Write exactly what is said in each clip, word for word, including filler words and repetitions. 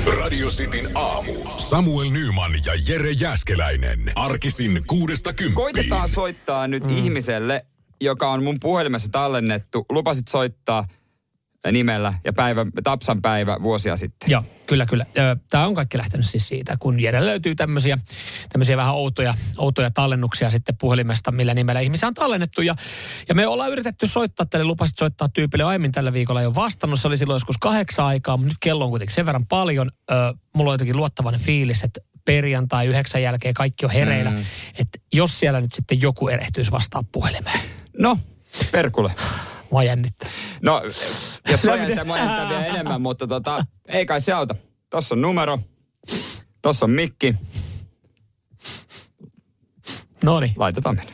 Radio Cityn aamu. Samuel Nyman ja Jere Jääskeläinen. Arkisin kuudesta kymppiin. Koitetaan soittaa nyt mm. ihmiselle, joka on mun puhelimessa tallennettu. Lupasit soittaa nimellä ja päivä, Tapsan päivä vuosia sitten. Joo, kyllä, kyllä. Tämä on kaikki lähtenyt siis siitä, kun Jere löytyy tämmöisiä, tämmöisiä vähän outoja, outoja tallennuksia sitten puhelimesta, millä nimellä ihmisiä on tallennettu. Ja, ja me ollaan yritetty soittaa tälle, lupasit soittaa tyypille aiemmin tällä viikolla jo vastannut. Se oli silloin joskus kahdeksan aikaa, mutta nyt kello on kuitenkin sen verran paljon. Ö, mulla on jotenkin luottavainen fiilis, että perjantai yhdeksän jälkeen kaikki on hereillä. Mm. Että jos siellä nyt sitten joku erehtyisi vastaa puhelimeen. No, perkule. Mua jännittää. No, jos on jännittää, mua jännittää vielä enemmän, mutta tota, ei kai se auta. Tossa on numero, tossa on mikki. Noniin. Laitetaan mennä.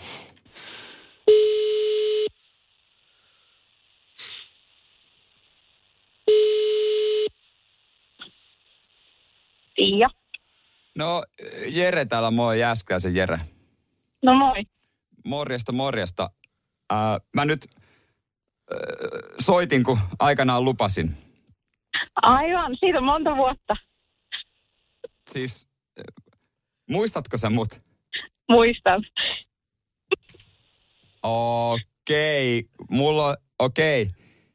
Tiia. No, Jere täällä, moi, Jääskeläisen Jere. No moi. Morjesta, morjesta. Äh, mä nyt äh, soitin, kun aikanaan lupasin. Aivan, siitä on monta vuotta. Siis, äh, muistatko sä mut? Muistan. Okei, mulla on, okei.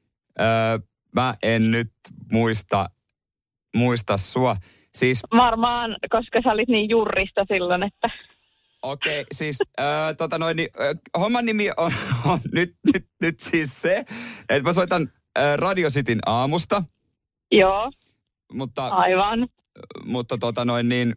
Äh, mä en nyt muista, muista sua. Siis, Varmaan, koska sä olit niin jurrista silloin, että... Okei, siis äh, tota noin, niin, äh, homman nimi on, on nyt, nyt, nyt siis se, että mä soitan äh, Radio Cityn aamusta. Joo, mutta, aivan. Mutta tota noin niin,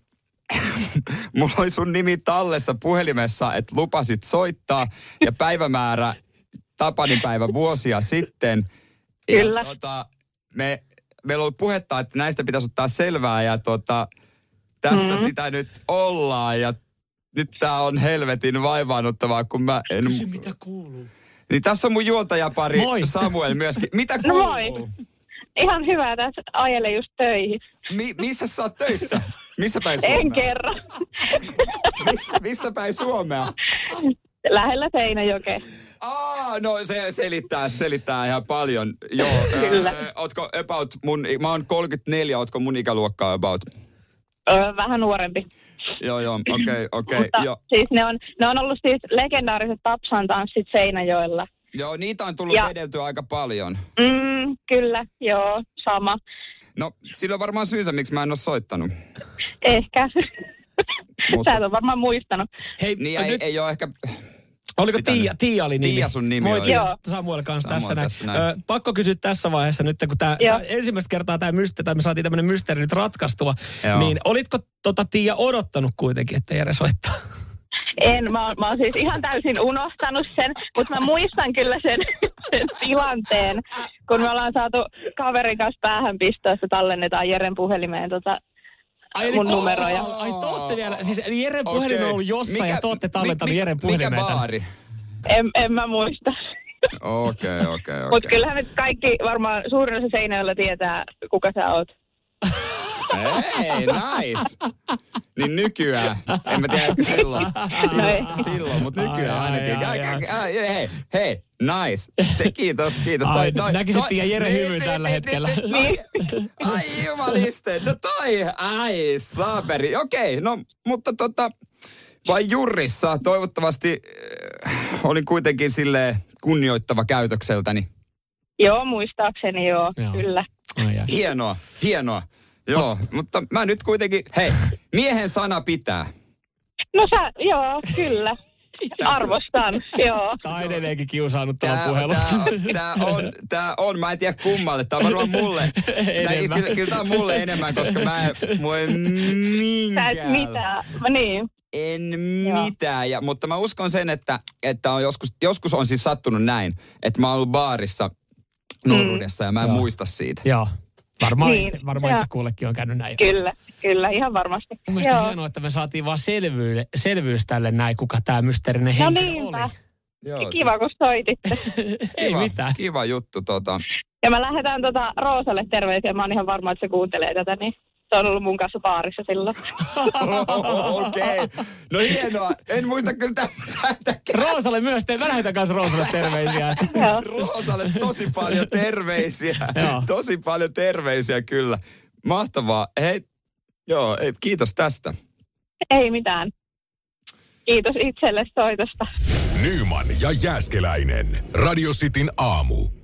mulla oli sun nimi tallessa puhelimessa, että lupasit soittaa ja päivämäärä Tapanin päivä vuosia sitten. Kyllä. Ja, tota, me, meillä on ollut puhetta, että näistä pitäisi ottaa selvää ja tota, tässä mm-hmm. sitä nyt ollaan ja nyt tää on helvetin vaivaannuttavaa, kun mä en... Kysy, mitä kuuluu. Niin tässä on mun juontajapari moi. Samuel myöskin. Mitä kuuluu? No moi. Ihan hyvä, tässä ajele just töihin. Mi- missä sä oot töissä? Missä päin Suomea? En kerro. Miss, missä päin Suomea? Lähellä Seinäjokea. Aa, no se selittää, selittää ihan paljon. Joo. Kyllä. Äh, ootko about mun... Mä oon kolmekymmentäneljä, ootko mun ikäluokkaa about? Öö, vähän nuorempi. Joo, joo, okei, okay, okei. Mutta Okay, siis ne on, ne on ollut siis legendaariset Tapsan tanssit Seinäjoella. Joo, niitä on tullut ja, vedeltyä aika paljon. Mm, kyllä, joo, sama. No, sillä on varmaan syynsä, miksi mä en ole soittanut. Ehkä. Mutta... Sä et ole varmaan muistanut. Hei, niin ei, nyt... ei ole ehkä... Oliko Tiia? Tiia oli nimi. Tiia sun nimi Moi, oli. Joo. Samuel kanssa Samuel tässä näin. tässä näin. Ö, pakko kysyä tässä vaiheessa nyt, kun tää, tää ensimmäistä kertaa tämä mysteeri, tai me saatiin tämmöinen mysteeri nyt ratkaistua. Joo. Niin olitko tota Tiia odottanut kuitenkin, että Jere soittaa? En, mä oon, mä oon siis ihan täysin unohtanut sen, mutta mä muistan kyllä sen, sen tilanteen, kun me ollaan saatu kaverin kanssa päähänpistoa, että tallennetaan Jeren puhelimeen tota ai, mun eli, numeroja. Ai, ai tootte vielä, siis Jeren puhelin okay. on ollut jossain mikä, ja te ootte tallentanut mi, Jeren puhelimeen. Mikä baari? En, en mä muista. Okei, okei, okei. Mutta kyllähän nyt kaikki varmaan suurin osa Seinäjoella tietää, kuka sä oot. Hei, nice. Niin nykyään. En mä tiedä, että silloin. Silloin, silloin mutta nykyään ainakin. Ai, ai, ai. Hei, hei, nice. Te, kiitos, kiitos. Ai, näkisit Tiia Jere hyvin tällä hetkellä. Ai jumaliste, no toi, ai saaperi. Okei, no mutta tota, vai jurrissa toivottavasti äh, olin kuitenkin silleen kunnioittava käytökseltäni. Joo, muistaakseni joo, joo. Kyllä. Ai, ai. Hienoa, hienoa. Joo, mutta mä nyt kuitenkin, hei, miehen sana pitää. No sä, joo, kyllä. Arvostan, joo. Tää on edelleenkin kiusaannut tuolla puhelu. Tää on, tää on, tää on, mä en tiedä kummalle, tää on varmaan mulle. Tää, kyllä, kyllä tää on mulle enemmän, koska mä en, mua en minkään. Sä et mitään, niin. En mitään, ja, mutta mä uskon sen, että, että on joskus, joskus on siis sattunut näin, että mä oon ollut baarissa nuoruudessa mm. ja mä en joo. muista siitä. Joo. Varmaan, niin, itse, varmaan itse kullekin on käynyt näin. Kyllä, kyllä, ihan varmasti. Mun mielestä on hienoa, että me saatiin vaan selvyys, selvyys tälle näin, kuka tämä mysteerinen no henkilö niinpä. oli. Joo, kiva, se... kun soititte. Ei kiva, mitään. Kiva juttu. Tota. Ja mä lähetän tota Roosalle terveisiä. Mä oon ihan varma, että se kuuntelee tätä, niin se on ollut mun kanssa baarissa silloin. Okei. Okay. No hienoa. En muista kyllä tätä. Roosalle myös. Mä lähetän kanssa Roosalle terveisiä. Roosalle tosi paljon terveisiä. tosi paljon terveisiä kyllä. Mahtavaa. Hei, joo, ei, kiitos tästä. Ei mitään. Kiitos itselle soitosta. Nyman ja Jääskeläinen. Radio Cityn aamu.